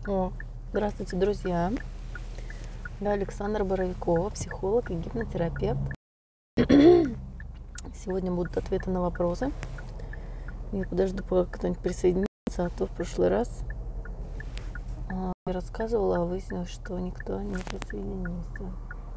Здравствуйте, друзья! Я Александра Боровикова, психолог и гипнотерапевт. Сегодня будут ответы на вопросы. Я подожду, пока кто-нибудь присоединится, а то в прошлый раз я рассказывала, а выяснилось, что никто не присоединился.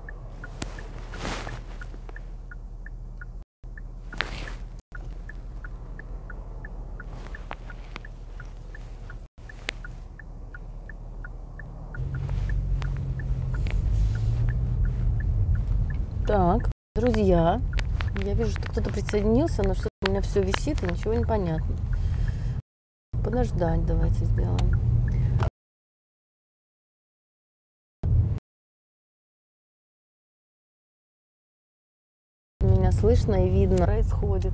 Так, друзья, я вижу, что кто-то присоединился, но что-то у меня все висит и ничего не понятно. Подождать давайте сделаем. Меня слышно и видно происходит.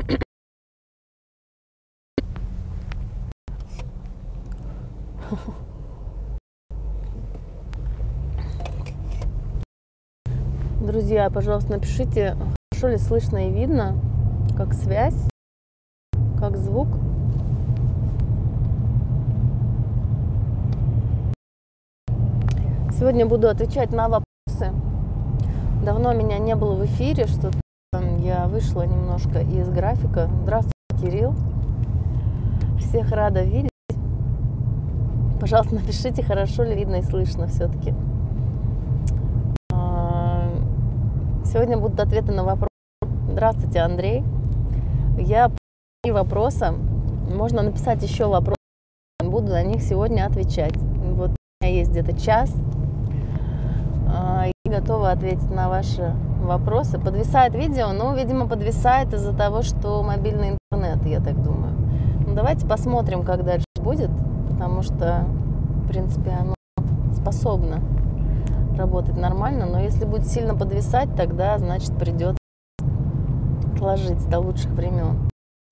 Друзья, пожалуйста, напишите, хорошо ли слышно и видно, как связь, как звук. Сегодня буду отвечать на вопросы. Давно меня не было в эфире, что я вышла немножко из графика. Здравствуйте, Кирилл. Всех рада видеть. Пожалуйста, напишите, хорошо ли видно и слышно все-таки. Сегодня будут ответы на вопросы. Здравствуйте, Андрей. Я по 3 вопроса. Можно написать еще вопросы. Буду на них сегодня отвечать. Вот у меня есть где-то час. Я готова ответить на ваши вопросы. Подвисает видео, но, видимо, подвисает из-за того, что мобильный интернет, я так думаю. Давайте посмотрим, как дальше будет, потому что, в принципе, оно способно работать нормально, но если будет сильно подвисать, тогда, значит, придется отложить до лучших времен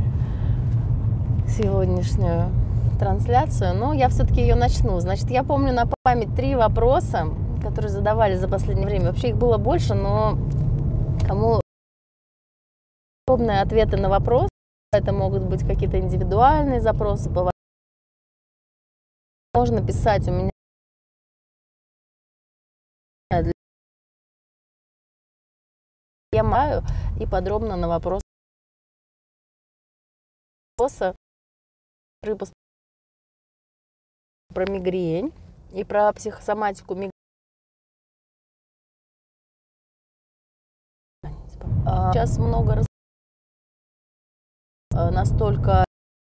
сегодняшнюю трансляцию. Но я все-таки ее начну. Значит, я помню на память 3 вопроса, которые задавали за последнее время. Вообще их было больше, но кому подобные ответы на вопросы, это могут быть какие-то индивидуальные запросы, можно писать у меня. Я маю и подробно на вопросы про мигрень и про психосоматику мигрени. Сейчас много настолько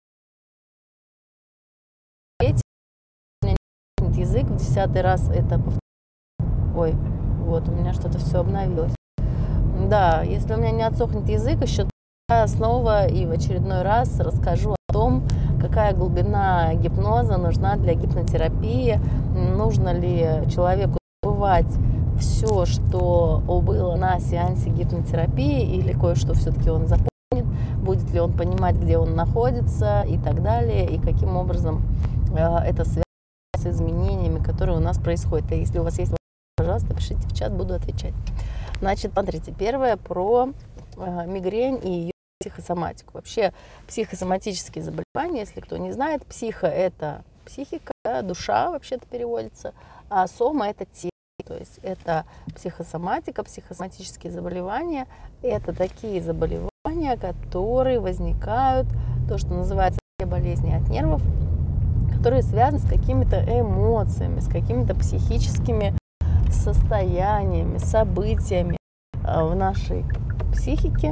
язык в 10-й раз это Ой, вот у меня что-то все обновилось. Да, если у меня не отсохнет язык, еще я снова и в очередной раз расскажу о том, какая глубина гипноза нужна для гипнотерапии, нужно ли человеку забывать все, что было на сеансе гипнотерапии, или кое-что все-таки он запомнит, будет ли он понимать, где он находится и так далее, и каким образом это связано с изменениями, которые у нас происходят. И если у вас есть вопросы, пожалуйста, пишите в чат, буду отвечать. Значит, смотрите, первое про мигрень и ее психосоматику. Вообще психосоматические заболевания, если кто не знает, психо – это психика, да, душа вообще-то переводится, а сома – это тело. То есть это психосоматика, психосоматические заболевания. Это такие заболевания, которые возникают, то, что называется болезни от нервов, которые связаны с какими-то эмоциями, с какими-то психическими состояниями, событиями в нашей психике,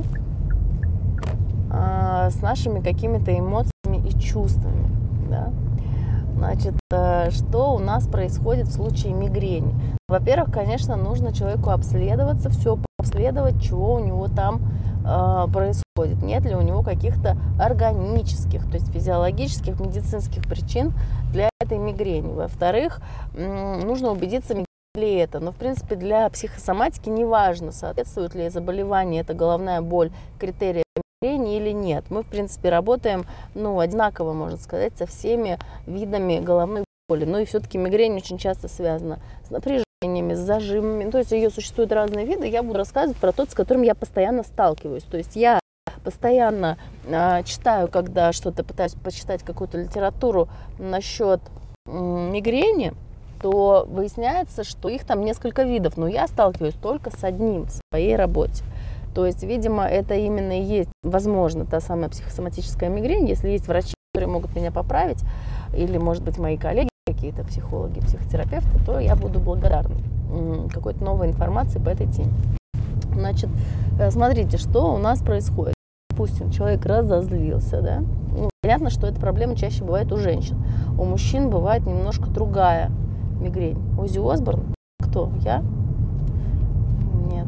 с нашими какими-то эмоциями и чувствами. Да? Значит, что у нас происходит в случае мигрени? Во-первых, конечно, нужно человеку обследоваться, все обследовать, чего у него там происходит. Нет ли у него каких-то органических, то есть физиологических, медицинских причин для этой мигрени. Во-вторых, нужно убедиться, ли это. Но, в принципе, для психосоматики не важно, соответствует ли заболевание, это головная боль, критерия мигрени или нет. Мы, в принципе, работаем, одинаково, можно сказать, со всеми видами головной боли. Но и все-таки мигрень очень часто связана с напряжениями, с зажимами. То есть ее существуют разные виды. Я буду рассказывать про тот, с которым я постоянно сталкиваюсь. То есть я постоянно читаю, когда что-то пытаюсь почитать, какую-то литературу насчет мигрени, то выясняется, что их там несколько видов, но я сталкиваюсь только с одним в своей работе. То есть, видимо, это именно и есть, возможно, та самая психосоматическая мигрень. Если есть врачи, которые могут меня поправить, или, может быть, мои коллеги, какие-то психологи, психотерапевты, то я буду благодарна какой-то новой информации по этой теме. Значит, смотрите, что у нас происходит. Допустим, человек разозлился, да? Ну, понятно, что эта проблема чаще бывает у женщин. У мужчин бывает немножко другая мигрень. Оззи Осборн? Кто? Я? Нет.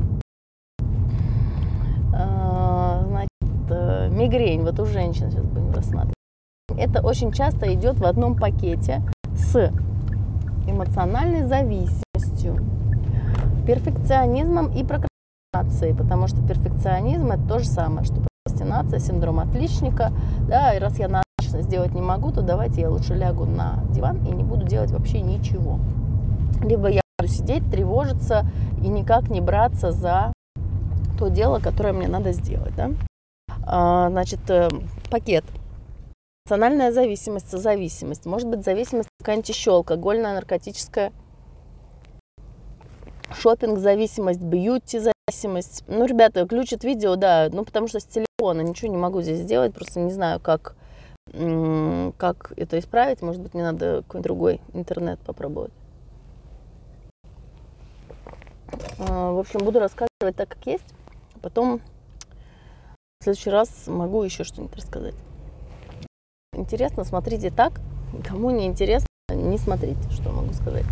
Значит, мигрень вот у женщин сейчас будем рассматривать. Это очень часто идет в одном пакете с эмоциональной зависимостью, перфекционизмом и прокрастинацией, потому что перфекционизм – это то же самое, что прокрастинация, синдром отличника. Да, и раз я назначенно сделать не могу, то давайте я лучше лягу на диван и не буду делать вообще ничего. Либо я буду сидеть, тревожиться и никак не браться за то дело, которое мне надо сделать. Да? Значит, пакет. Эмоциональная зависимость, созависимость. Может быть, зависимость какая-нибудь еще, алкогольная, наркотическая. Шопинг-зависимость, бьюти-зависимость. Ну, ребята, включат видео, да, ну, потому что с телефона ничего не могу здесь сделать, просто не знаю, как это исправить. Может быть, мне надо какой-нибудь другой интернет попробовать. В общем, буду рассказывать так, как есть. Потом в следующий раз могу еще что-нибудь рассказать. Интересно, смотрите так. Кому не интересно, не смотрите, что могу сказать.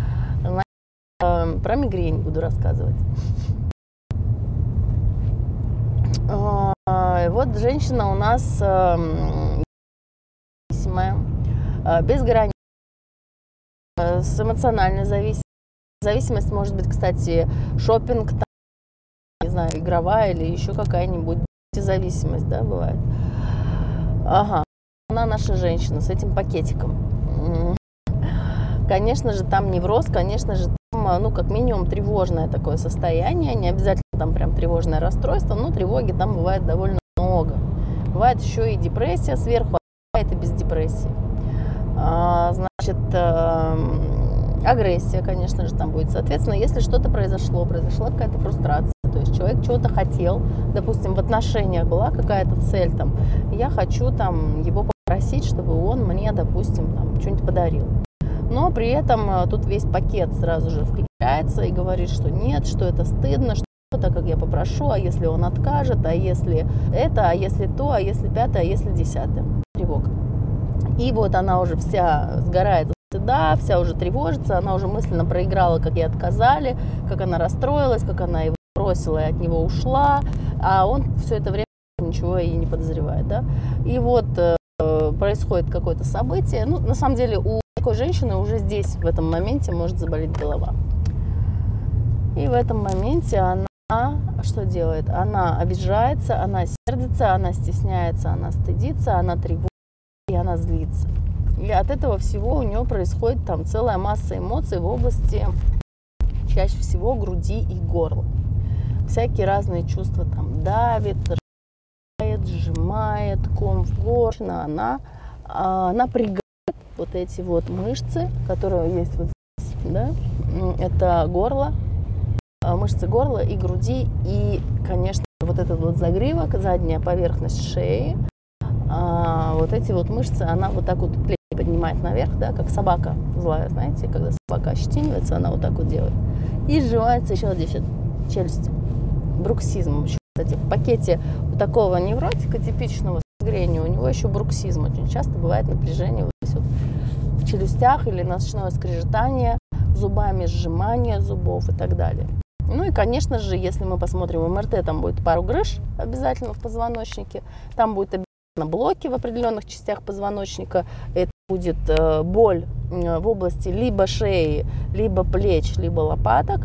Про мигрень буду рассказывать. Вот женщина у нас зависимая, без границ, с эмоциональной зависимостью. Зависимость может быть, кстати, шопинг, не знаю, игровая или еще какая-нибудь зависимость, да, бывает. Ага, она наша женщина с этим пакетиком. Конечно же, там невроз, конечно же, там, ну, как минимум, тревожное такое состояние, не обязательно там прям тревожное расстройство, но тревоги там бывает довольно много. Бывает еще и депрессия сверху, а бывает и без депрессии. Значит, агрессия, конечно же, там будет. Соответственно, если что-то произошла какая-то фрустрация, то есть человек чего-то хотел, допустим, в отношениях была какая-то цель, там, я хочу там его попросить, чтобы он мне, допустим, там, что-нибудь подарил. Но при этом тут весь пакет сразу же включается и говорит, что нет, что это стыдно, что так как я попрошу, а если он откажет, а если это, а если то, а если пятое, а если десятое. Тревога. И вот она уже вся сгорает, да, вся уже тревожится, она уже мысленно проиграла, как ей отказали, как она расстроилась, как она его бросила и от него ушла, а он все это время ничего и не подозревает, да. И вот происходит какое-то событие, ну, на самом деле у такой женщины уже здесь, в этом моменте, может заболеть голова. И в этом моменте она что делает? Она обижается, она сердится, она стесняется, она стыдится, она тревожится и она злится. И от этого всего у нее происходит там целая масса эмоций в области, чаще всего, груди и горла. Всякие разные чувства там давит, сжимает, ком в горле. Она напрягает вот эти вот мышцы, которые есть вот здесь, да? Это горло, мышцы горла и груди, и, конечно, вот этот вот загривок, задняя поверхность шеи, вот эти вот мышцы, она вот так вот плечи поднимает наверх, да, как собака злая, знаете, когда собака ощетинивается, она вот так вот делает. И сжимается еще здесь челюсть, бруксизм. Кстати, в пакете у такого невротика типичного мигрени у него еще бруксизм. Очень часто бывает напряжение вот здесь вот в челюстях или ночное скрежетание зубами, сжимание зубов и так далее. Ну и, конечно же, если мы посмотрим МРТ, там будет пару грыж обязательно в позвоночнике, там будет обязательно блоки в определенных частях позвоночника, это будет боль в области либо шеи, либо плеч, либо лопаток,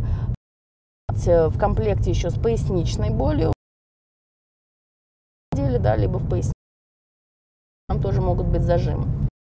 в комплекте еще с поясничной болью, да, либо в пояснице, там тоже могут быть зажимы.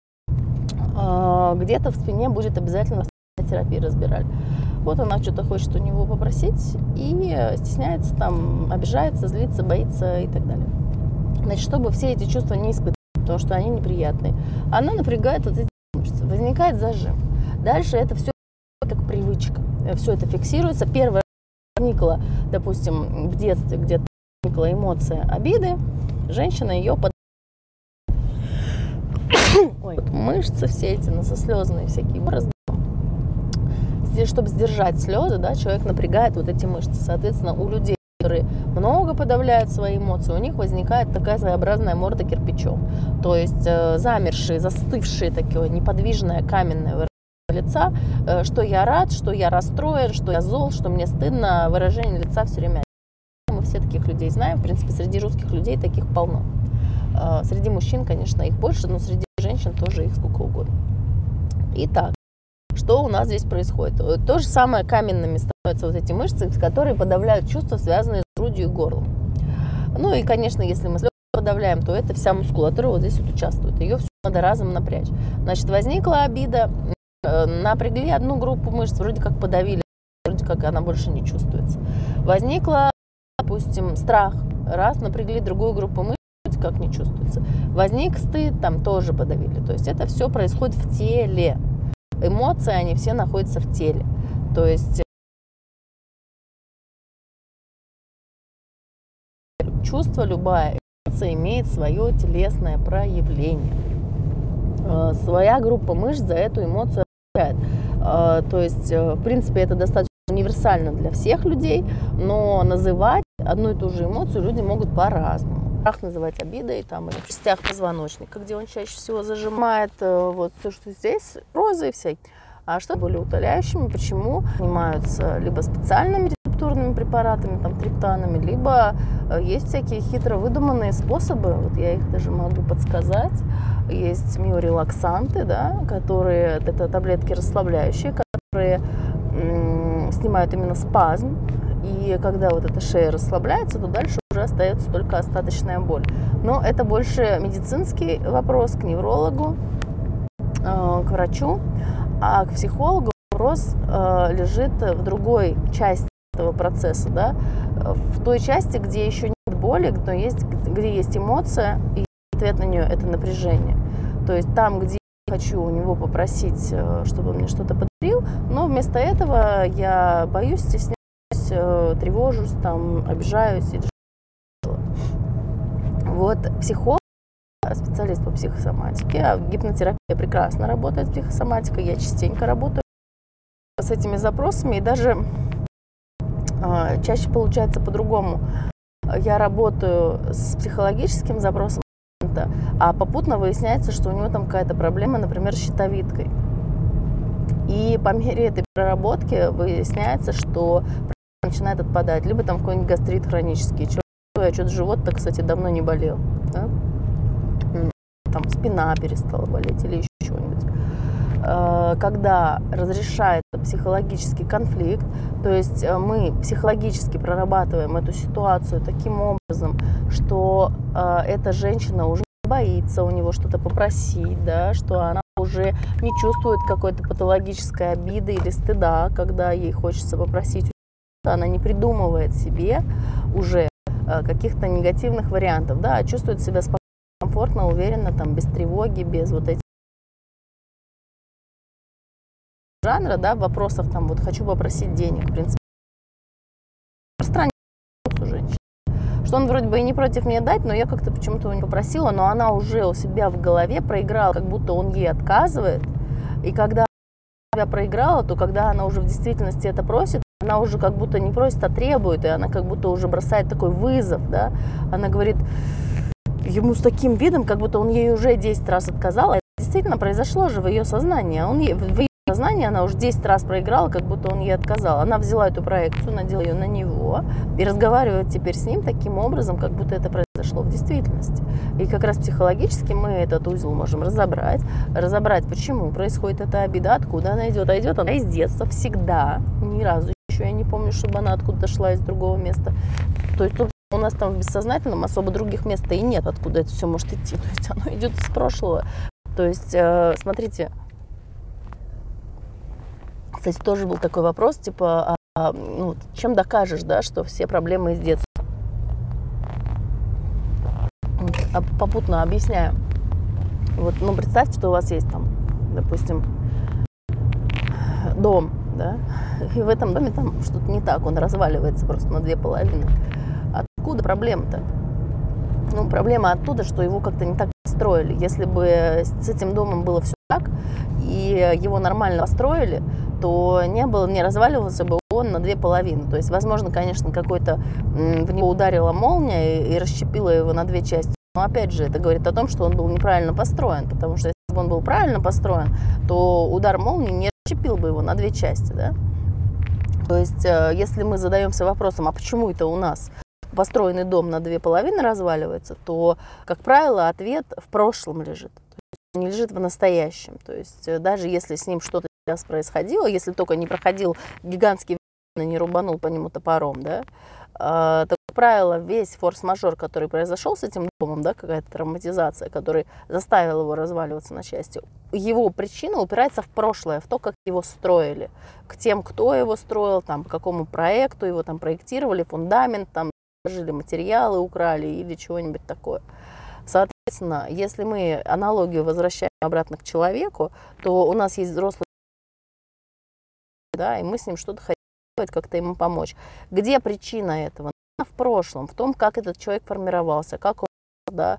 Где-то в спине будет обязательно терапия, разбирали. Вот она что-то хочет у него попросить и стесняется, там, обижается, злится, боится и так далее. Значит, чтобы все эти чувства не испытывать, потому что они неприятные, она напрягает вот эти мышцы, возникает зажим. Дальше это все как привычка. Все это фиксируется. Первое возникла, допустим, в детстве где-то возникла эмоция обиды, женщина ее мышцы все эти носослезные всякие образы. Чтобы сдержать слезы, да, человек напрягает вот эти мышцы. Соответственно, у людей, которые много подавляют свои эмоции, у них возникает такая своеобразная морда кирпичом. То есть замершие, застывшие, такое неподвижное каменное выражение лица, что я рад, что я расстроен, что я зол, что мне стыдно, выражение лица все время. Мы все таких людей знаем, в принципе, среди русских людей таких полно. Среди мужчин, конечно, их больше, но среди женщин тоже их сколько угодно. Итак, что у нас здесь происходит? То же самое каменными становятся вот эти мышцы, которые подавляют чувства, связанные с грудью и горлом. Ну и, конечно, если мы слезы подавляем, то это вся мускулатура вот здесь вот участвует. Ее все надо разом напрячь. Значит, возникла обида, напрягли одну группу мышц, вроде как подавили, вроде как она больше не чувствуется. Возникла, допустим, страх, раз, напрягли другую группу мышц, вроде как не чувствуется. Возник стыд, там тоже подавили. То есть это все происходит в теле. Эмоции, они все находятся в теле. То есть чувство, любая эмоция имеет свое телесное проявление. Своя группа мышц за эту эмоцию отвечает. То есть, в принципе, это достаточно универсально для всех людей, но называть одну и ту же эмоцию люди могут по-разному. Страх называть обидой, там, или в частях позвоночника, где он чаще всего зажимает вот все, что здесь, розы всякие. А что более утоляющими, почему занимаются либо специальными рецептурными препаратами, там, триптанами, либо есть всякие хитро выдуманные способы, вот я их даже могу подсказать. Есть миорелаксанты, да, которые, это таблетки расслабляющие, которые снимают именно спазм, и когда вот эта шея расслабляется, то дальше уже остается только остаточная боль. Но это больше медицинский вопрос к неврологу, к врачу. А к психологу вопрос лежит в другой части этого процесса, да? В той части, где еще нет боли, но где есть эмоция, и ответ на нее – это напряжение. То есть там, где я хочу у него попросить, чтобы он мне что-то подарил, но вместо этого я боюсь, стесняюсь, тревожусь, там, обижаюсь или что-то. Вот психолог, специалист по психосоматике, а гипнотерапия прекрасно работает с психосоматикой, я частенько работаю с этими запросами, и даже чаще получается по-другому. Я работаю с психологическим запросом, а попутно выясняется, что у него там какая-то проблема, например, с щитовидкой. И по мере этой проработки выясняется, что начинает отпадать, либо там какой-нибудь гастрит хронический, что-то живот-то, кстати, давно не болел, да? Там спина перестала болеть или еще чего-нибудь. Когда разрешается психологический конфликт, то есть мы психологически прорабатываем эту ситуацию таким образом, что эта женщина уже не боится у него что-то попросить, да, что она уже не чувствует какой-то патологической обиды или стыда, когда ей хочется попросить, она не придумывает себе уже каких-то негативных вариантов, да, а чувствует себя спокойно, комфортно, уверенно, там, без тревоги, без вот этих жанра, да, вопросов, там, вот, хочу попросить денег, в принципе, распространен у женщин. Что он вроде бы и не против мне дать, но я как-то почему-то его не попросила, но она уже у себя в голове проиграла, как будто он ей отказывает, и когда она себя проиграла, то когда она уже в действительности это просит, она уже как будто не просит, а требует, и она как будто уже бросает такой вызов, да, она говорит ему с таким видом, как будто он ей уже 10 раз отказал. Это действительно произошло же в ее сознании. В ее сознании она уже 10 раз проиграла, как будто он ей отказал. Она взяла эту проекцию, надела ее на него и разговаривает теперь с ним таким образом, как будто это произошло в действительности. И как раз психологически мы этот узел можем разобрать, почему происходит эта обида, откуда она идет. А идет она из детства всегда. Ни разу еще я не помню, чтобы она откуда-то шла из другого места. То есть у нас там в бессознательном особо других мест и нет, откуда это все может идти. То есть оно идет из прошлого. То есть, смотрите, кстати, тоже был такой вопрос, типа, ну, чем докажешь, да, что все проблемы из детства? Попутно объясняю. Вот, ну, представьте, что у вас есть там, допустим, дом, да, и в этом доме там что-то не так, он разваливается просто на две половины. Откуда проблема-то? Ну, проблема оттуда, что его как-то не так построили. Если бы с этим домом было все так, и его нормально построили, то не разваливался бы он на две половины. То есть, возможно, конечно, в него ударила молния и расщепила его на две части. Но опять же, это говорит о том, что он был неправильно построен, потому что если бы он был правильно построен, то удар молнии не расщепил бы его на две части, да? То есть, если мы задаемся вопросом, а почему это у нас построенный дом на две половины разваливается, то, как правило, ответ в прошлом лежит. То есть не лежит в настоящем. То есть даже если с ним что-то сейчас происходило, если только не проходил гигантский и не рубанул по нему топором, да, то, как правило, весь форс-мажор, который произошел с этим домом, да, какая-то травматизация, который заставил его разваливаться на части, его причина упирается в прошлое, в то, как его строили, к тем, кто его строил, там, по какому проекту его там проектировали, фундамент, там, жили материалы, украли или чего-нибудь такое. Соответственно, если мы аналогию возвращаем обратно к человеку, то у нас есть взрослый, да, и мы с ним что-то хотим делать, как-то ему помочь. Где причина этого? В прошлом, в том, как этот человек формировался, как он, да,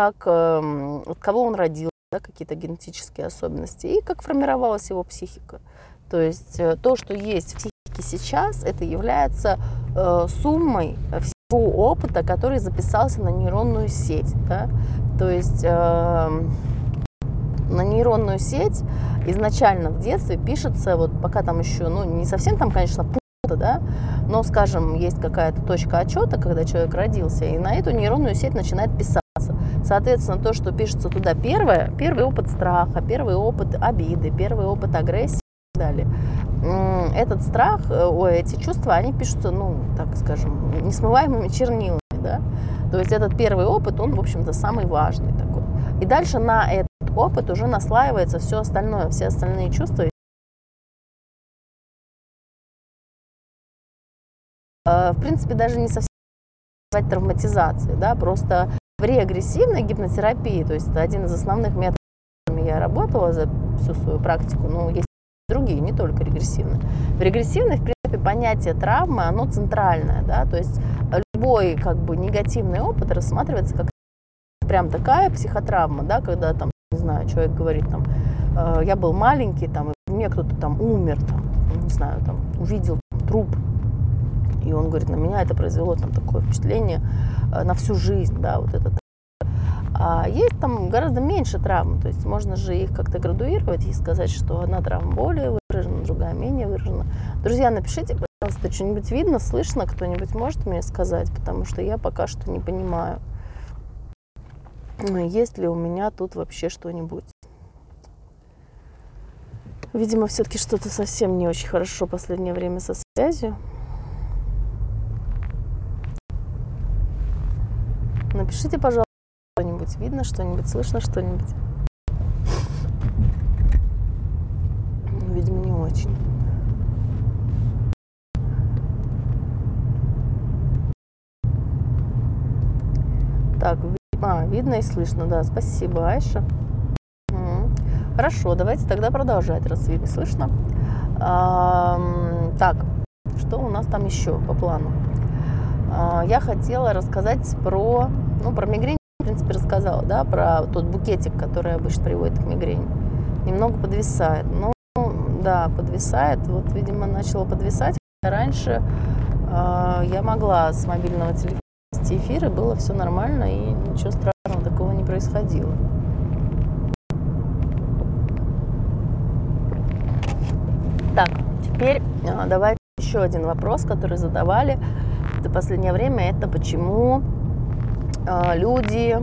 от кого он родился, да, какие-то генетические особенности, и как формировалась его психика. То есть то, что есть в психике сейчас, это является суммой всего опыта, который записался на нейронную сеть. Да? То есть на нейронную сеть изначально в детстве пишется, вот пока там еще, ну не совсем там, конечно, пусто, да, но, скажем, есть какая-то точка отчета, когда человек родился, и на эту нейронную сеть начинает писаться. Соответственно, то, что пишется туда первый опыт страха, первый опыт обиды, первый опыт агрессии и так далее. Этот страх, эти чувства, они пишутся, ну, так скажем, несмываемыми чернилами, да. То есть этот первый опыт, он, в общем-то, самый важный такой. И дальше на этот опыт уже наслаивается все остальное, все остальные чувства. В принципе, даже не совсем травматизации, да, просто в реагрессивной гипнотерапии, то есть это один из основных методов, с которыми я работала за всю свою практику, но есть другие, не только регрессивные. В регрессивной, в принципе, понятие травмы, оно центральное, да, то есть любой как бы негативный опыт рассматривается как прям такая психотравма, да, когда там, не знаю, человек говорит там, я был маленький, там, и мне кто-то там умер, там, не знаю, там, увидел там, труп, и он говорит, на меня это произвело там такое впечатление на всю жизнь, да, вот это. А есть там гораздо меньше травм, то есть можно же их как-то градуировать и сказать, что одна травма более выражена, другая менее выражена. Друзья, напишите, пожалуйста, что-нибудь видно, слышно, кто-нибудь может мне сказать, потому что я пока что не понимаю, есть ли у меня тут вообще что-нибудь. Видимо, все-таки что-то совсем не очень хорошо в последнее время со связью. Напишите, пожалуйста, что-нибудь видно, что-нибудь слышно, что-нибудь. Видимо, не очень. Так, видно и слышно, да, спасибо, Айша. Хорошо, давайте тогда продолжать, раз видно и слышно. Так, что у нас там еще по плану? Я хотела рассказать про мигрень, в принципе, рассказала, да, про тот букетик, который обычно приводит к мигрени. Немного подвисает. Ну, да, подвисает. Вот, видимо, начала подвисать. Раньше я могла с мобильного телефона вести эфиры, было все нормально, и ничего страшного такого не происходило. Так, теперь давайте еще один вопрос, который задавали в последнее время. Это почему люди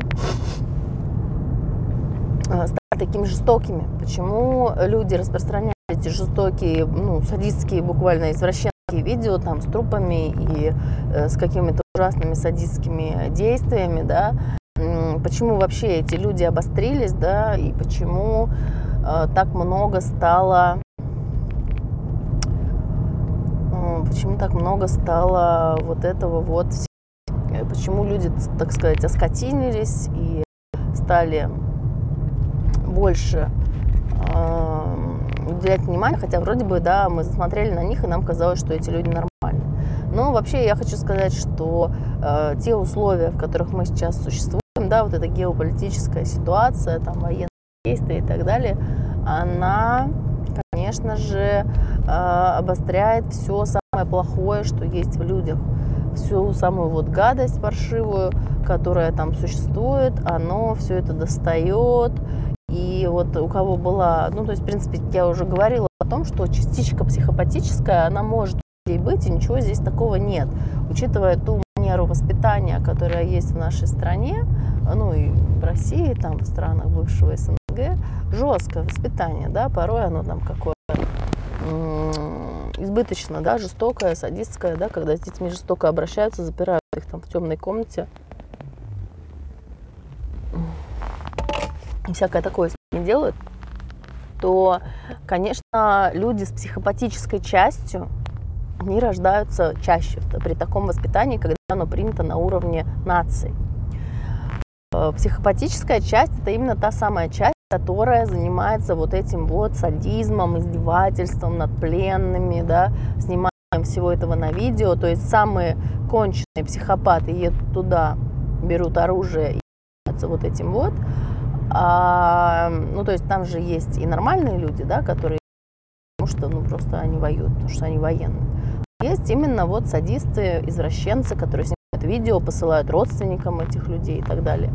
стали такими жестокими? Почему люди распространяют эти жестокие, садистские, буквально извращенные видео там с трупами и с какими-то ужасными садистскими действиями, да? Почему вообще эти люди обострились, да? И почему так много стало... Почему так много стало вот этого вот? Почему люди, так сказать, оскотинились и стали больше уделять внимание, хотя вроде бы, да, мы смотрели на них, и нам казалось, что эти люди нормальные. Но вообще я хочу сказать, что те условия, в которых мы сейчас существуем, да, вот эта геополитическая ситуация, там, военные действия и так далее, она, конечно же, обостряет все самое плохое, что есть в людях. Всю самую вот гадость паршивую, которая там существует, оно все это достает. И вот у кого была, ну, то есть, в принципе, я уже говорила о том, что частичка психопатическая, она может у людей быть, и ничего здесь такого нет. Учитывая ту манеру воспитания, которая есть в нашей стране, ну, и в России, там, в странах бывшего СНГ, жесткое воспитание, да, порой оно там какое-то избыточно, да, жестокое, садистское, да, когда с детьми жестоко обращаются, запирают их там в темной комнате. И всякое такое с ними делают, то, конечно, люди с психопатической частью, они рождаются чаще при таком воспитании, когда оно принято на уровне наций. Психопатическая часть – это именно та самая часть, которая занимается вот этим вот садизмом, издевательством над пленными, да, сниманием всего этого на видео. То есть самые конченые психопаты едут туда, берут оружие и занимаются вот этим вот. Ну, то есть там же есть и нормальные люди, да, которые, потому что, ну, просто они воюют, потому что они военные. Есть именно вот садисты, извращенцы, которые снимают видео, посылают родственникам этих людей и так далее.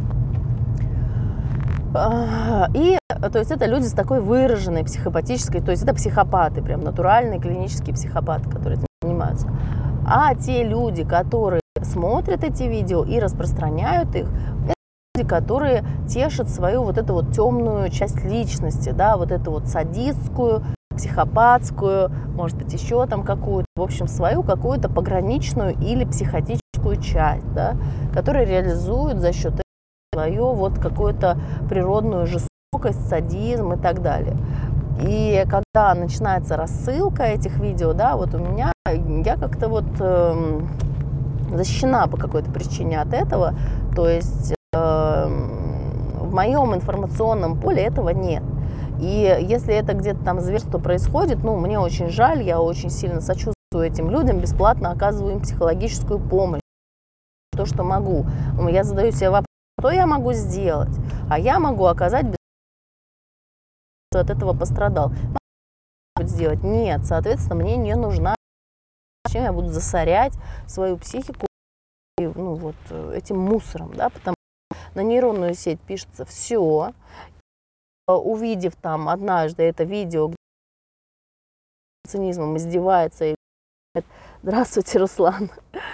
И, то есть, это люди с такой выраженной психопатической, то есть, это психопаты, прям натуральные клинические психопаты, которые этим занимаются. А те люди, которые смотрят эти видео и распространяют их, это люди, которые тешат свою вот эту вот темную часть личности, да, вот эту вот садистскую, психопатскую, может быть, еще там какую-то, в общем, свою какую-то пограничную или психотическую часть, да, которая реализует за счет свою вот какую-то природную жестокость, садизм и так далее. И когда начинается рассылка этих видео, да, вот у меня, я как-то вот защищена по какой-то причине от этого, то есть в моем информационном поле этого нет. И если это где-то там зверство происходит, ну, мне очень жаль, я очень сильно сочувствую этим людям, бесплатно оказываю им психологическую помощь, то, что могу. Я задаю себе вопрос, что я могу сделать? А я могу оказать от этого пострадал. Могу сделать? Нет, соответственно, мне не нужна. Зачем я буду засорять свою психику, ну, вот, этим мусором, да, потому что на нейронную сеть пишется все. Увидев там однажды это видео, где цинизмом издевается и говорит: здравствуйте, Руслан,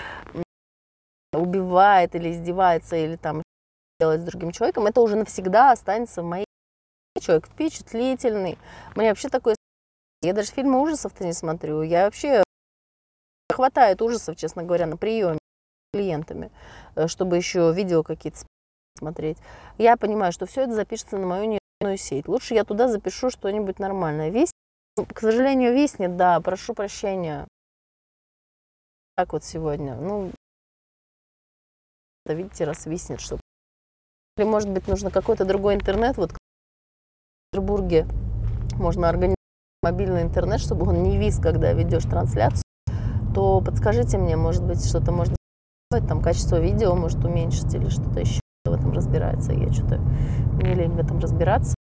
убивает или издевается, или там делать с другим человеком, это уже навсегда останется в моей. Человек впечатлительный. Мне вообще такое... Я даже фильмы ужасов-то не смотрю. Я вообще... Хватает ужасов, честно говоря, на приеме с клиентами, чтобы еще видео какие-то смотреть. Я понимаю, что все это запишется на мою нейронную сеть. Лучше я туда запишу что-нибудь нормальное. Виснет, к сожалению, виснет, да, прошу прощения. Так вот сегодня. Ну, видите, раз виснет, что... Или, может быть, нужно какой-то другой интернет. Вот в Петербурге можно организовать мобильный интернет, чтобы он не вис, когда ведешь трансляцию. То подскажите мне, может быть, что-то можно сделать, там качество видео может уменьшить или что-то еще в этом разбирается. Я что-то не лень в этом разбираться.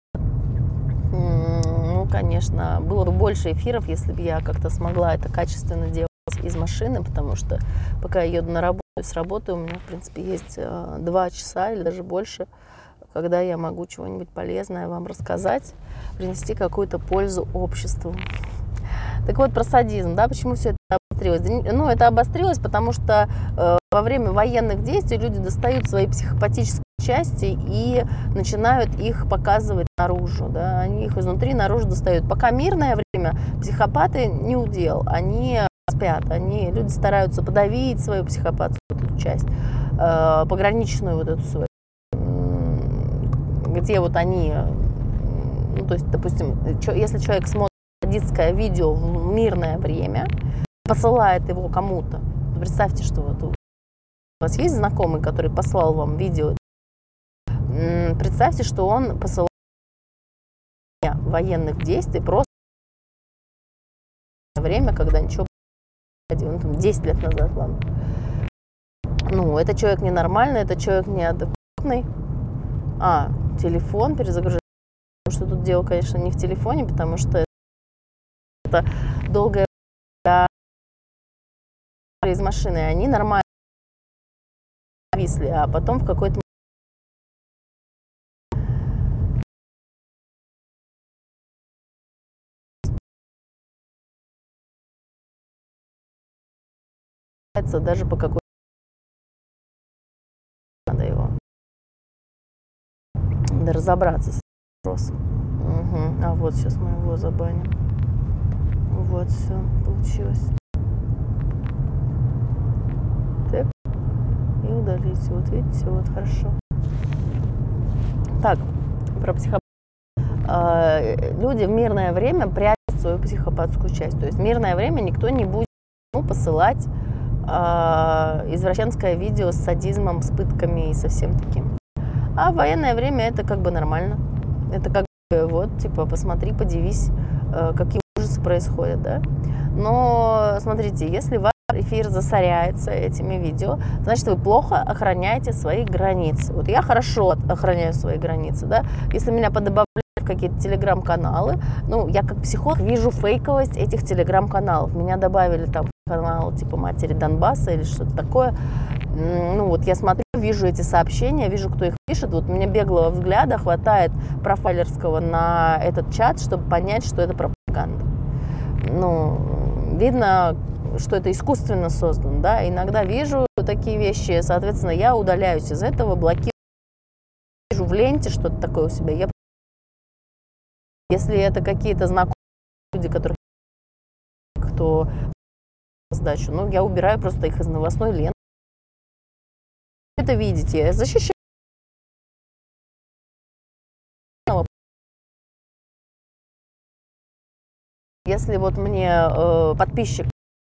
Ну, конечно, было бы больше эфиров, если бы я как-то смогла это качественно делать из машины, потому что пока я еду на работу, с работы у меня, в принципе, есть 2 часа или даже больше, когда я могу чего-нибудь полезное вам рассказать, принести какую-то пользу обществу. Так вот, про садизм, да, почему все это обострилось? Ну, это обострилось, потому что во время военных действий люди достают свои психопатические части и начинают их показывать наружу, да, они их изнутри наружу достают. Пока мирное время, психопаты не удел, они спят, люди стараются подавить свою психопатскую часть, пограничную вот эту свою, где вот они, ну, то есть, допустим, если человек смотрит садистское видео в мирное время, посылает его кому-то, представьте, что вот у вас есть знакомый, который послал вам видео, представьте, что он посылает военных действий просто время, когда ничего не происходило. Ну, там, 10 лет назад, ладно. Ну, это человек ненормальный, это человек неадекватный. Телефон перезагружать. Потому что тут дело, конечно, не в телефоне, потому что это долгое время из машины, они нормально зависли, а потом в какой-то момент даже по какой-то надо его. Надо разобраться с вопросом. Угу. А вот сейчас мы его забаним. Вот, все, получилось. Так. И удалить. Вот видите, вот хорошо. Так, про психопатию. Люди в мирное время прячут свою психопатскую часть. То есть в мирное время никто не будет посылать извращенское видео с садизмом, с пытками и со всем таким. А в военное время это как бы нормально. Это как бы вот, типа, посмотри, подивись, какие ужасы происходят, да. Но смотрите, если ваш эфир засоряется этими видео, значит, вы плохо охраняете свои границы. Вот я хорошо охраняю свои границы, да. Если меня подобавляют в какие-то телеграм-каналы, ну, я как психолог вижу фейковость этих телеграм-каналов. Меня добавили там в канал типа «Матери Донбасса» или что-то такое. Ну, вот я смотрю, вижу эти сообщения, вижу, кто их пишет. Вот у меня беглого взгляда хватает профайлерского на этот чат, чтобы понять, что это пропаганда. Ну, видно, что это искусственно создано, да. Иногда вижу такие вещи, соответственно, я удаляюсь из этого, блокирую. Вижу в ленте что-то такое у себя. Если это какие-то знакомые люди, кто сдачу, ну, я убираю просто их из новостной ленты. Это видите, я защищаю. Если вот мне подписчик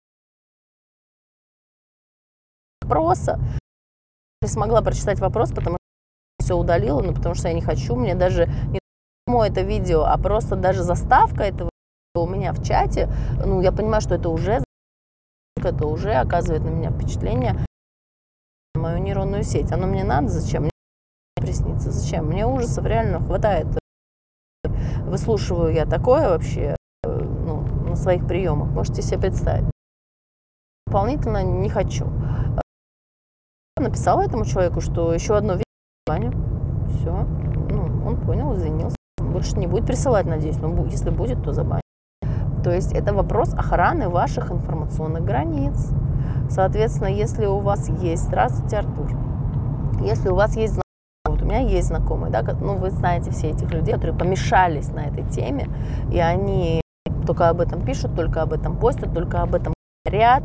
вопроса, не смогла прочитать вопрос, потому что все удалила, ну, потому что я не хочу, мне даже не само это видео, а просто даже заставка этого у меня в чате, ну, я понимаю, что это уже оказывает на меня впечатление, на мою нейронную сеть. Оно мне надо? Зачем? Мне приснится. Зачем? Мне ужасов реально хватает. Выслушиваю я такое вообще, ну, на своих приемах. Можете себе представить. Дополнительно не хочу. Написала этому человеку, что еще одно видео, Ваня. Все. Ну, он понял, извинился. Больше не будет присылать, надеюсь. Но если будет, то забанит. То есть это вопрос охраны ваших информационных границ. Соответственно, если у вас есть... Здравствуйте, Артур. Если у вас есть знакомые, вот у меня есть знакомые, да, ну, вы знаете все этих людей, которые помешались на этой теме, и они только об этом пишут, только об этом постят, только об этом говорят,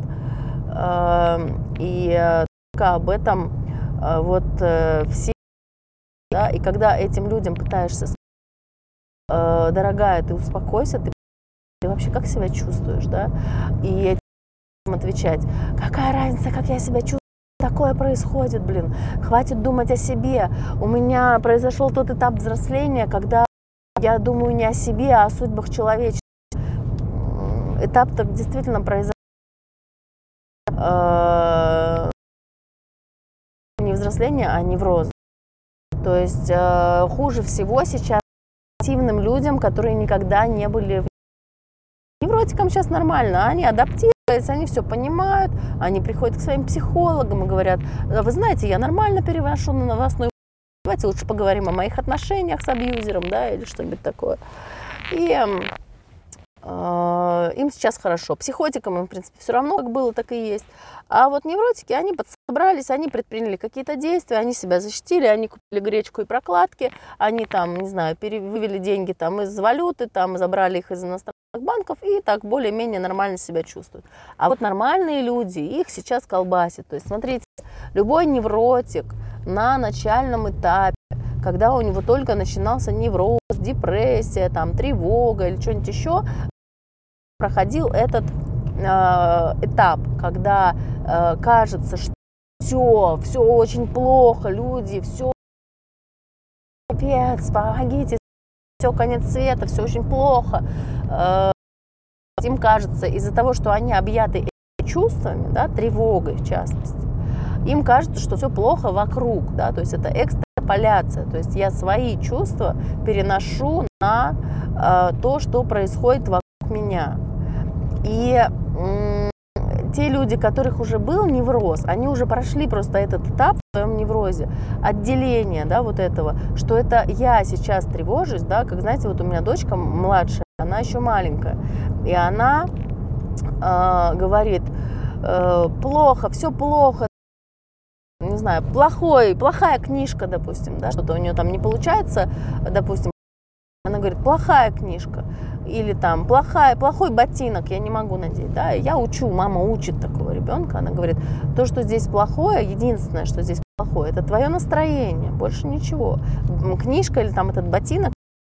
и только об этом вот все, да, и когда этим людям пытаешься сказать, дорогая, ты успокойся, ты вообще как себя чувствуешь, да, и отвечать, какая разница, как я себя чувствую, такое происходит, блин, хватит думать о себе, у меня произошел тот этап взросления, когда я думаю не о себе, а о судьбах человечества. Этап так действительно произошел не взросление, а невроз. То есть хуже всего сейчас активным людям, которые никогда не были невротикам, сейчас нормально, они адаптируются, они все понимают, они приходят к своим психологам и говорят, вы знаете, я нормально переношу на новостную, давайте лучше поговорим о моих отношениях с абьюзером, да, или что-нибудь такое. И им сейчас хорошо. Психотикам им, в принципе, все равно, как было, так и есть. А вот невротики, они подсобрались, они предприняли какие-то действия, они себя защитили, они купили гречку и прокладки, они там, не знаю, вывели деньги там из валюты, там забрали их из иностранных банков и так более-менее нормально себя чувствуют. А вот нормальные люди, их сейчас колбасит. То есть, смотрите, любой невротик на начальном этапе, когда у него только начинался невроз, депрессия, там, тревога или что-нибудь еще, проходил этот этап, когда кажется, что все очень плохо, люди, все, капец, помогите, все, конец света, все очень плохо. Им кажется, из-за того, что они объяты этими чувствами, да, тревогой в частности, им кажется, что все плохо вокруг, да, то есть это экстраполяция, то есть я свои чувства переношу на то, что происходит вокруг меня. И те люди, у которых уже был невроз, они уже прошли просто этот этап в своем неврозе, отделение, да, вот этого, что это я сейчас тревожусь, да, как, знаете, вот у меня дочка младшая, она еще маленькая, и она говорит, плохо, все плохо, не знаю, плохая книжка, допустим, да, что-то у нее там не получается, допустим, она говорит, плохая книжка, или там плохой ботинок, я не могу надеть, да, я учу, мама учит такого ребенка, она говорит, то, что здесь плохое, единственное, что здесь плохое, это твое настроение, больше ничего, книжка или там этот ботинок,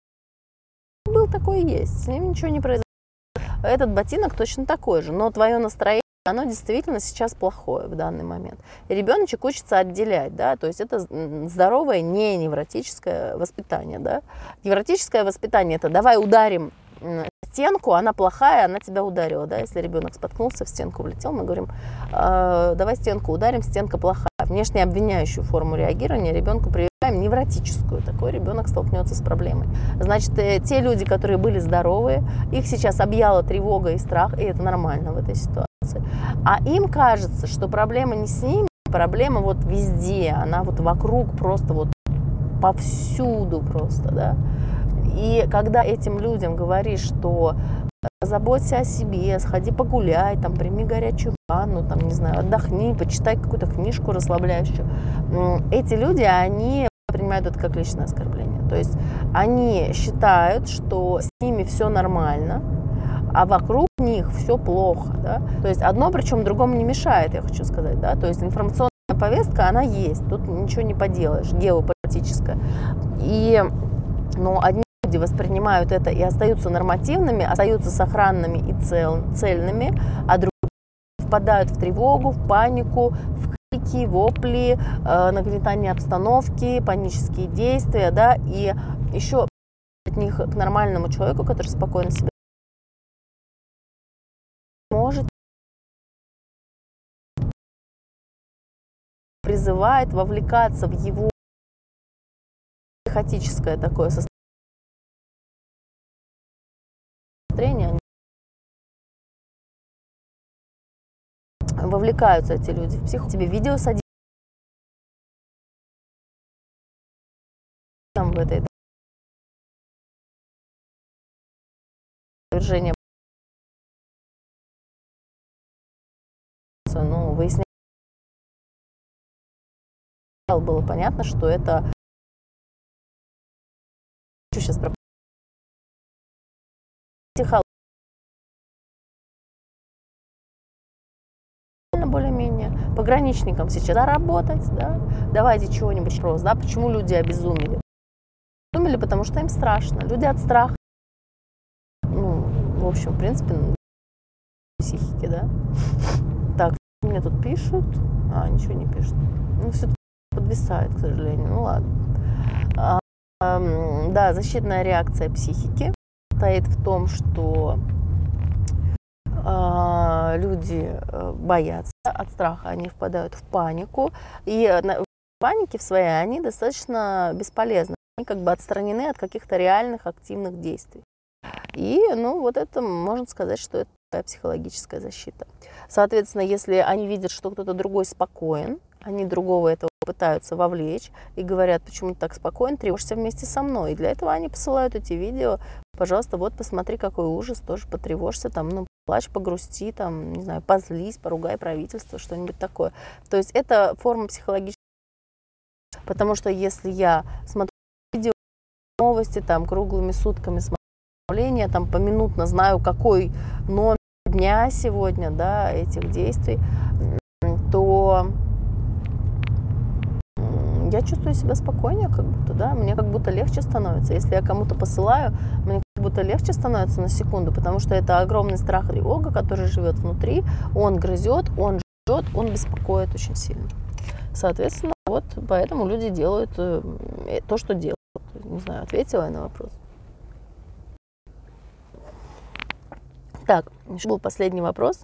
был такой и есть, с ним ничего не произошло, этот ботинок точно такой же, но твое настроение, оно действительно сейчас плохое в данный момент. И ребеночек учится отделять, да, то есть это здоровое, не невротическое воспитание, да. Невротическое воспитание – это давай ударим стенку, она плохая, она тебя ударила, да. Если ребенок споткнулся, в стенку влетел, мы говорим, давай стенку ударим, стенка плохая. Внешне обвиняющую форму реагирования ребенку прививаем невротическую, такой ребенок столкнется с проблемой. Значит, те люди, которые были здоровые, их сейчас объяла тревога и страх, и это нормально в этой ситуации. А им кажется, что проблема не с ними, проблема вот везде, она вот вокруг просто вот повсюду просто, да. И когда этим людям говоришь, что заботься о себе, сходи погуляй, там, прими горячую ванну, там, не знаю, отдохни, почитай какую-то книжку расслабляющую, эти люди, они принимают это как личное оскорбление. То есть они считают, что с ними все нормально, а вокруг них все плохо, да. То есть одно, причем другому не мешает, я хочу сказать, да. То есть информационная повестка, она есть, тут ничего не поделаешь, геополитическая. Но одни люди воспринимают это и остаются нормативными, остаются сохранными и цельными, а другие впадают в тревогу, в панику, в крики, вопли, нагнетание обстановки, панические действия, да, и еще от них к нормальному человеку, который спокойно себя может, призывает вовлекаться в его психотическое такое состояние. Вовлекаются эти люди в тебе видео садится там в этой движение, ну, выясняется, было понятно, что это сейчас более-менее пограничникам сейчас заработать, да, давайте чего-нибудь просто, да, почему люди обезумели? Обезумели, потому что им страшно, люди от страха, ну, в общем, в принципе, психики, да. Так, мне тут пишут, ничего не пишут, ну, все подвисает, к сожалению, ну, ладно. Да, защитная реакция психики состоит в том, что люди боятся от страха, они впадают в панику, и в панике в своей они достаточно бесполезны, они как бы отстранены от каких-то реальных активных действий. И, ну, вот это можно сказать, что это такая психологическая защита. Соответственно, если они видят, что кто-то другой спокоен, они другого этого пытаются вовлечь и говорят, почему ты так спокоен, тревожься вместе со мной. И для этого они посылают эти видео, пожалуйста, вот посмотри, какой ужас, тоже потревожься, там, ну, плачь, погрусти, там, не знаю, позлись, поругай правительство, что-нибудь такое. То есть это форма психологической, потому что если я смотрю видео, новости, там, круглыми сутками смотрю обновления, там, поминутно знаю, какой номер дня сегодня, да, этих действий, то я чувствую себя спокойнее, как будто, да, мне как будто легче становится. Если я кому-то посылаю, мне как будто легче становится на секунду, потому что это огромный страх и тревога, который живет внутри, он грызет, он жжет, он беспокоит очень сильно. Соответственно, вот поэтому люди делают то, что делают. Не знаю, ответила я на вопрос. Так, еще был последний вопрос.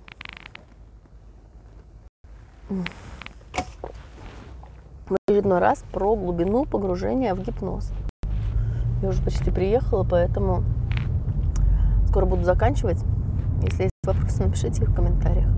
В очередной раз про глубину погружения в гипноз. Я уже почти приехала, поэтому скоро буду заканчивать. Если есть вопросы, напишите их в комментариях.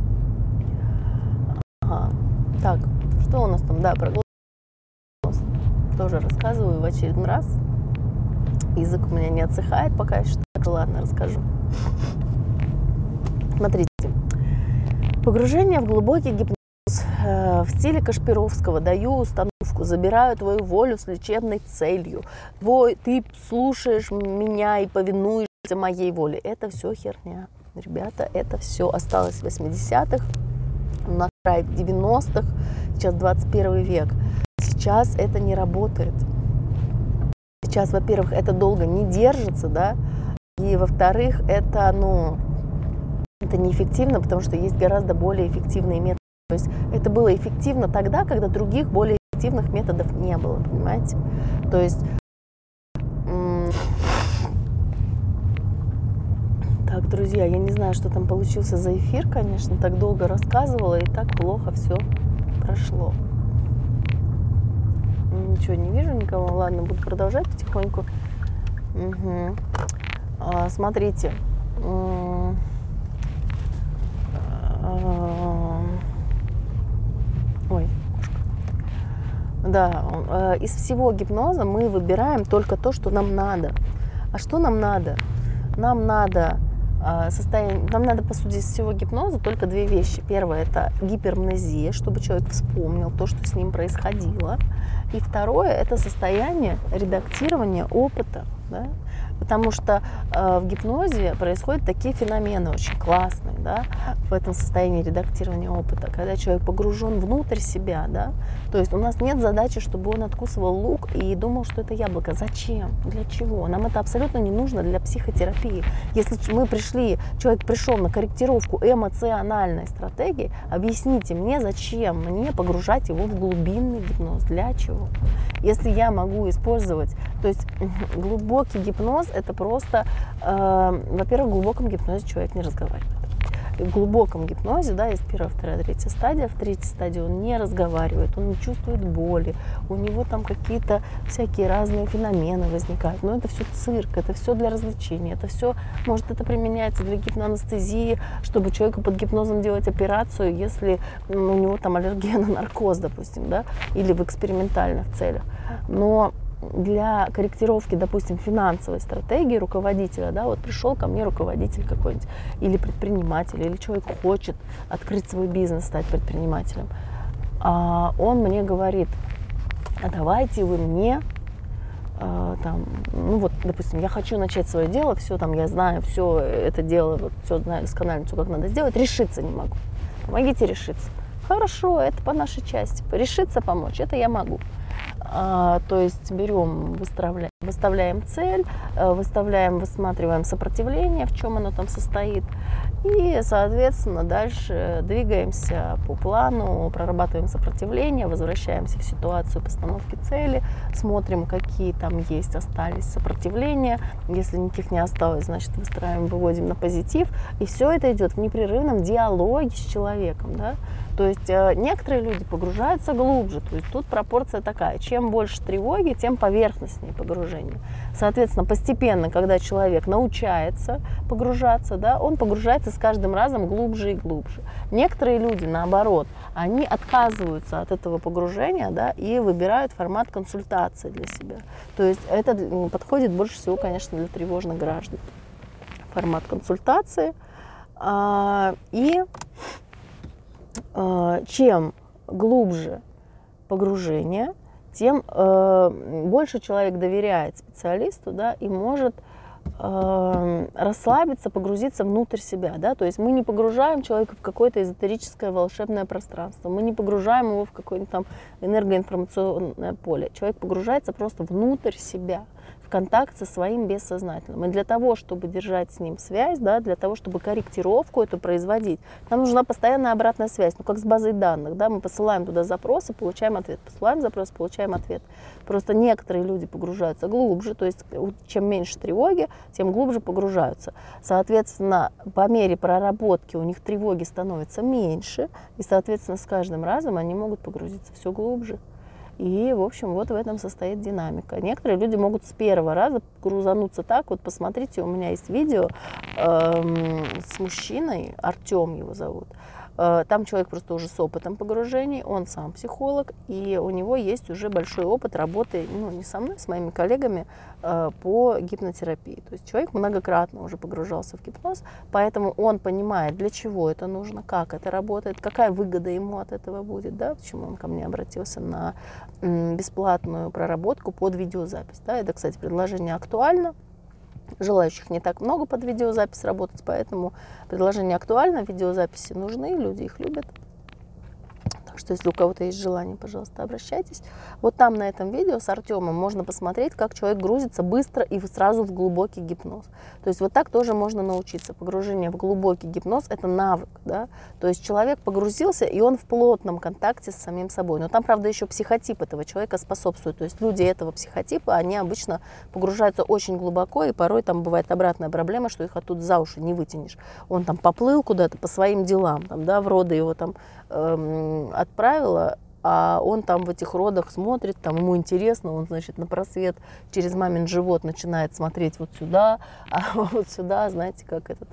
Ага. Так, что у нас там? Да, про гипноз тоже рассказываю в очередной раз. Язык у меня не отсыхает пока еще, так что ладно, расскажу. Смотрите. Погружение в глубокий гипноз в стиле Кашпировского. Даю установку, забираю твою волю с лечебной целью. Ты слушаешь меня и повинуешься моей воле. Это все херня. Ребята, это все осталось в 80-х, на край 90-х, сейчас 21 век. Сейчас это не работает. Сейчас, во-первых, это долго не держится, да, и, во-вторых, это неэффективно, потому что есть гораздо более эффективные методы. То есть это было эффективно тогда, когда других более эффективных методов не было, понимаете? То есть, так, друзья, я не знаю, что там получился за эфир, конечно, так долго рассказывала, и так плохо все прошло. Ничего не вижу никого, ладно, буду продолжать потихоньку. Угу. Смотрите. Ой, кошка. Да, из всего гипноза мы выбираем только то, что нам надо. А что нам надо? Нам надо по сути, из всего гипноза только две вещи. Первое – это гипермнезия, чтобы человек вспомнил то, что с ним происходило. И второе – это состояние редактирования опыта. Да? Потому что в гипнозе происходят такие феномены очень классные, да, в этом состоянии редактирования опыта, когда человек погружен внутрь себя, да, то есть у нас нет задачи, чтобы он откусывал лук и думал, что это яблоко. Зачем? Для чего? Нам это абсолютно не нужно для психотерапии. Если человек пришел на корректировку эмоциональной стратегии, объясните мне, зачем мне погружать его в глубинный гипноз, для чего? Если я могу использовать, то есть глубокий гипноз, это просто, во-первых, в глубоком гипнозе человек не разговаривает. В глубоком гипнозе, да, есть первая, вторая, третья стадия. В третьей стадии он не разговаривает, он не чувствует боли, у него там какие-то всякие разные феномены возникают. Но это все цирк, это все для развлечения, это все, может, это применяется для гипноанестезии, чтобы человеку под гипнозом делать операцию, если у него там аллергия на наркоз, допустим, да, или в экспериментальных целях. Но для корректировки, допустим, финансовой стратегии руководителя, да, вот пришел ко мне руководитель какой-нибудь, или предприниматель, или человек хочет открыть свой бизнес, стать предпринимателем, он мне говорит: а давайте вы мне, допустим, я хочу начать свое дело, все там, я знаю, все это дело, вот, все знаю досконально, все как надо сделать, решиться не могу. Помогите решиться. Хорошо, это по нашей части. Решиться, помочь, это я могу. То есть берем, выставляем цель, высматриваем сопротивление, в чем оно там состоит, и, соответственно, дальше двигаемся по плану, прорабатываем сопротивление, возвращаемся в ситуацию постановки цели, смотрим, какие там остались сопротивления. Если никаких не осталось, значит, выводим на позитив. И все это идет в непрерывном диалоге с человеком. Да? То есть некоторые люди погружаются глубже. То есть тут пропорция такая. Чем больше тревоги, тем поверхностнее погружение. Соответственно, постепенно, когда человек научается погружаться, да, он погружается с каждым разом глубже и глубже. Некоторые люди, наоборот, они отказываются от этого погружения, да, и выбирают формат консультации для себя. То есть это подходит больше всего, конечно, для тревожных граждан. Формат консультации. И чем глубже погружение, тем больше человек доверяет специалисту, да, и может расслабиться, погрузиться внутрь себя. Да? То есть мы не погружаем человека в какое-то эзотерическое волшебное пространство, мы не погружаем его в какое-нибудь там энергоинформационное поле. Человек погружается просто внутрь себя, в в контакт со своим бессознательным. И для того, чтобы держать с ним связь, да, для того, чтобы корректировку эту производить, нам нужна постоянная обратная связь, ну как с базой данных. Да, мы посылаем туда запросы, получаем ответ, посылаем запрос, получаем ответ. Просто некоторые люди погружаются глубже, то есть чем меньше тревоги, тем глубже погружаются. Соответственно, по мере проработки у них тревоги становится меньше, и, соответственно, с каждым разом они могут погрузиться все глубже. И, в общем, вот в этом состоит динамика. Некоторые люди могут с первого раза грузануться так. Вот посмотрите, у меня есть видео с мужчиной, Артем его зовут. Там человек просто уже с опытом погружений, он сам психолог, и у него есть уже большой опыт работы, ну, не со мной, с моими коллегами по гипнотерапии. То есть человек многократно уже погружался в гипноз, поэтому он понимает, для чего это нужно, как это работает, какая выгода ему от этого будет, да, почему он ко мне обратился на бесплатную проработку под видеозапись. Да. Это, кстати, предложение актуально. Желающих не так много под видеозапись работать, поэтому предложение актуально, видеозаписи нужны, люди их любят. Так что, если у кого-то есть желание, пожалуйста, обращайтесь. Вот там на этом видео с Артемом можно посмотреть, как человек грузится быстро и сразу в глубокий гипноз. То есть вот так тоже можно научиться. Погружение в глубокий гипноз – это навык. Да? То есть человек погрузился, и он в плотном контакте с самим собой. Но там, правда, еще психотип этого человека способствует. То есть люди этого психотипа, они обычно погружаются очень глубоко, и порой там бывает обратная проблема, что их оттуда за уши не вытянешь. Он там поплыл куда-то по своим делам, там, да, в роды его там отправила, а он там в этих родах смотрит, там ему интересно, он, значит, на просвет через мамин живот начинает смотреть вот сюда, а вот сюда, знаете, как этот,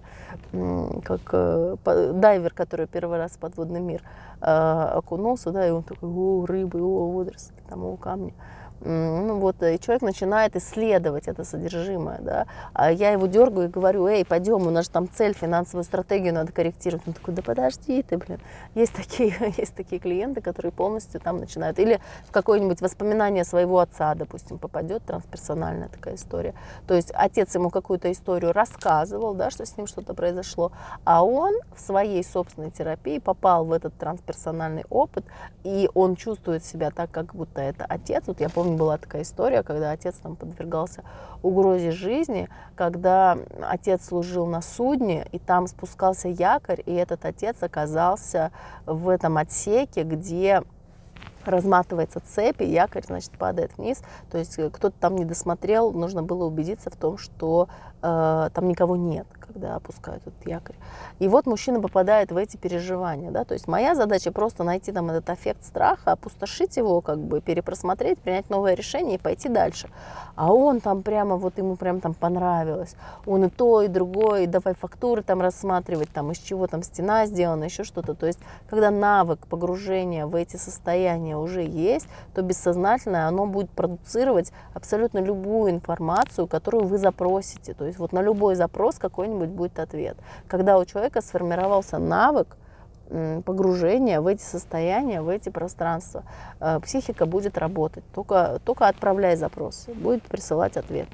как дайвер, который первый раз в подводный мир окунулся, да, и он такой: о, рыбы, о, водоросли, там, о, камни. Ну вот, и человек начинает исследовать это содержимое, да, а я его дергаю и говорю: эй, пойдем, у нас же там цель, финансовую стратегию надо корректировать. Он такой: да подожди ты, блин. Есть такие клиенты, которые полностью там начинают, или в какое-нибудь воспоминание своего отца, допустим, попадет, трансперсональная такая история. То есть отец ему какую-то историю рассказывал, да, что с ним что-то произошло, а он в своей собственной терапии попал в этот трансперсональный опыт, и он чувствует себя так, как будто это отец. Вот я помню, была такая история, когда отец там подвергался угрозе жизни, когда отец служил на судне, и там спускался якорь, и этот отец оказался в этом отсеке, где разматывается цепь, и якорь, значит, падает вниз. То есть кто-то там не досмотрел, нужно было убедиться в том, что там никого нет, когда опускают этот якорь. И вот мужчина попадает в эти переживания, да, то есть моя задача просто найти там этот эффект страха, опустошить его, как бы перепросмотреть, принять новое решение и пойти дальше. А он там прямо, вот ему прям там понравилось, он и то, и другое, и давай фактуры там рассматривать, там из чего там стена сделана, еще что-то. То есть когда навык погружения в эти состояния уже есть, то бессознательное оно будет продуцировать абсолютно любую информацию, которую вы запросите. То есть вот на любой запрос какой-нибудь будет ответ. Когда у человека сформировался навык погружения в эти состояния, в эти пространства, психика будет работать. Только отправляй запрос, будет присылать ответ.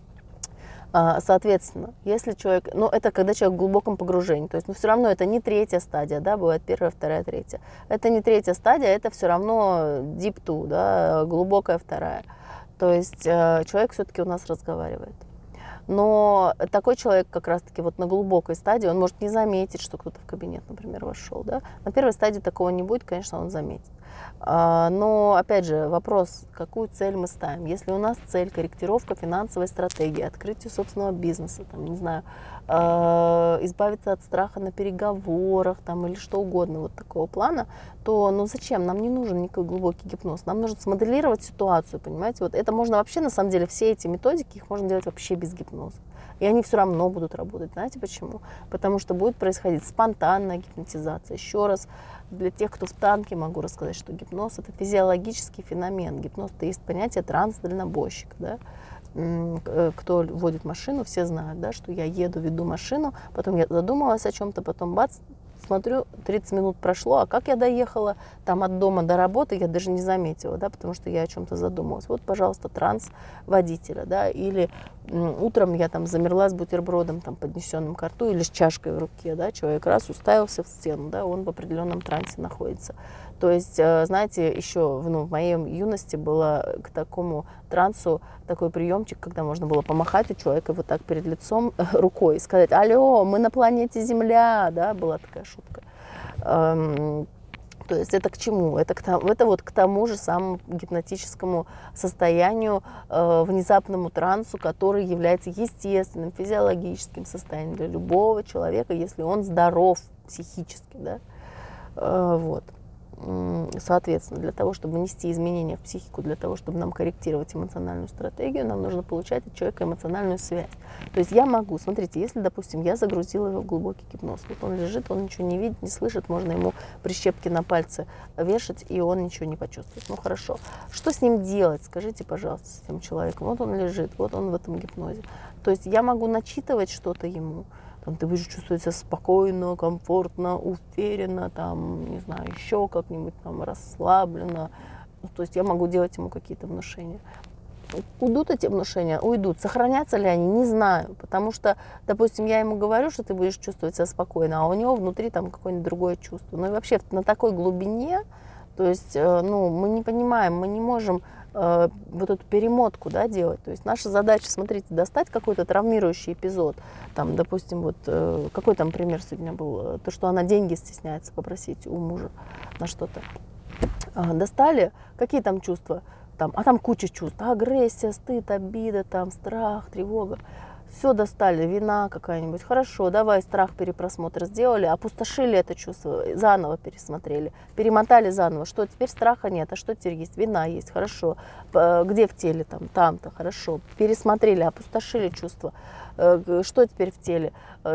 Соответственно, если человек, ну это когда человек в глубоком погружении, то есть, но все равно это не третья стадия, да, бывает первая, вторая, третья. Это не третья стадия, это все равно deep two, да, глубокая вторая. То есть человек все-таки у нас разговаривает. Но такой человек как раз-таки вот на глубокой стадии, он может не заметить, что кто-то в кабинет, например, вошел. Да? На первой стадии такого не будет, конечно, он заметит. Но, опять же, вопрос, какую цель мы ставим. Если у нас цель корректировка финансовой стратегии, открытие собственного бизнеса, там, не знаю, избавиться от страха на переговорах там, или что угодно вот такого плана, то ну зачем? Нам не нужен никакой глубокий гипноз. Нам нужно смоделировать ситуацию, понимаете? Вот это можно вообще, на самом деле, все эти методики, их можно делать вообще без гипноза. И они все равно будут работать. Знаете почему? Потому что будет происходить спонтанная гипнотизация. Еще раз, для тех, кто в танке, могу рассказать, что гипноз – это физиологический феномен. Гипноз – это есть понятие транс-дальнобойщика. Да? Кто водит машину, все знают, да, что я еду, веду машину, потом я задумалась о чем-то, потом бац, смотрю, 30 минут прошло, а как я доехала там от дома до работы, я даже не заметила, да, потому что я о чем-то задумалась. Вот, пожалуйста, транс водителя, да, или утром я там замерла с бутербродом, там, поднесенным к рту, или с чашкой в руке, да, человек раз уставился в стену, да, он в определенном трансе находится. То есть, знаете, еще в моей юности было к такому трансу такой приемчик, когда можно было помахать у человека вот так перед лицом рукой и сказать: алло, мы на планете Земля, да, была такая шутка. То есть это к чему? Это вот к тому же самому гипнотическому состоянию, внезапному трансу, который является естественным, физиологическим состоянием для любого человека, если он здоров психически, да? Вот. Соответственно, для того, чтобы внести изменения в психику, для того, чтобы нам корректировать эмоциональную стратегию, нам нужно получать от человека эмоциональную связь. То есть я могу, смотрите, если, допустим, я загрузила его в глубокий гипноз, вот он лежит, он ничего не видит, не слышит, можно ему прищепки на пальцы вешать, и он ничего не почувствует. Ну хорошо. Что с ним делать? Скажите, пожалуйста, с этим человеком. Вот он лежит, вот он в этом гипнозе. То есть я могу начитывать что-то ему, там, ты будешь чувствовать себя спокойно, комфортно, уверенно, там, не знаю, еще как-нибудь там расслабленно. Ну, то есть я могу делать ему какие-то внушения. Уйдут эти внушения? Уйдут. Сохранятся ли они? Не знаю. Потому что, допустим, я ему говорю, что ты будешь чувствовать себя спокойно, а у него внутри там какое-нибудь другое чувство. Ну и вообще на такой глубине, то есть, мы не понимаем, мы не можем вот эту перемотку, да, делать. То есть наша задача, смотрите, достать какой-то травмирующий эпизод. Там, допустим, вот какой там пример сегодня был? То, что она деньги стесняется попросить у мужа на что-то. Достали, какие там чувства? Там куча чувств. Агрессия, стыд, обида, там, страх, тревога. Все достали, вина какая-нибудь. Хорошо, давай страх перепросмотр сделали, опустошили это чувство, заново пересмотрели, перемотали заново. Что теперь страха нет, а что теперь есть? Вина есть, хорошо. Где в теле? Там-то, хорошо. Пересмотрели, опустошили чувство. Что теперь в теле?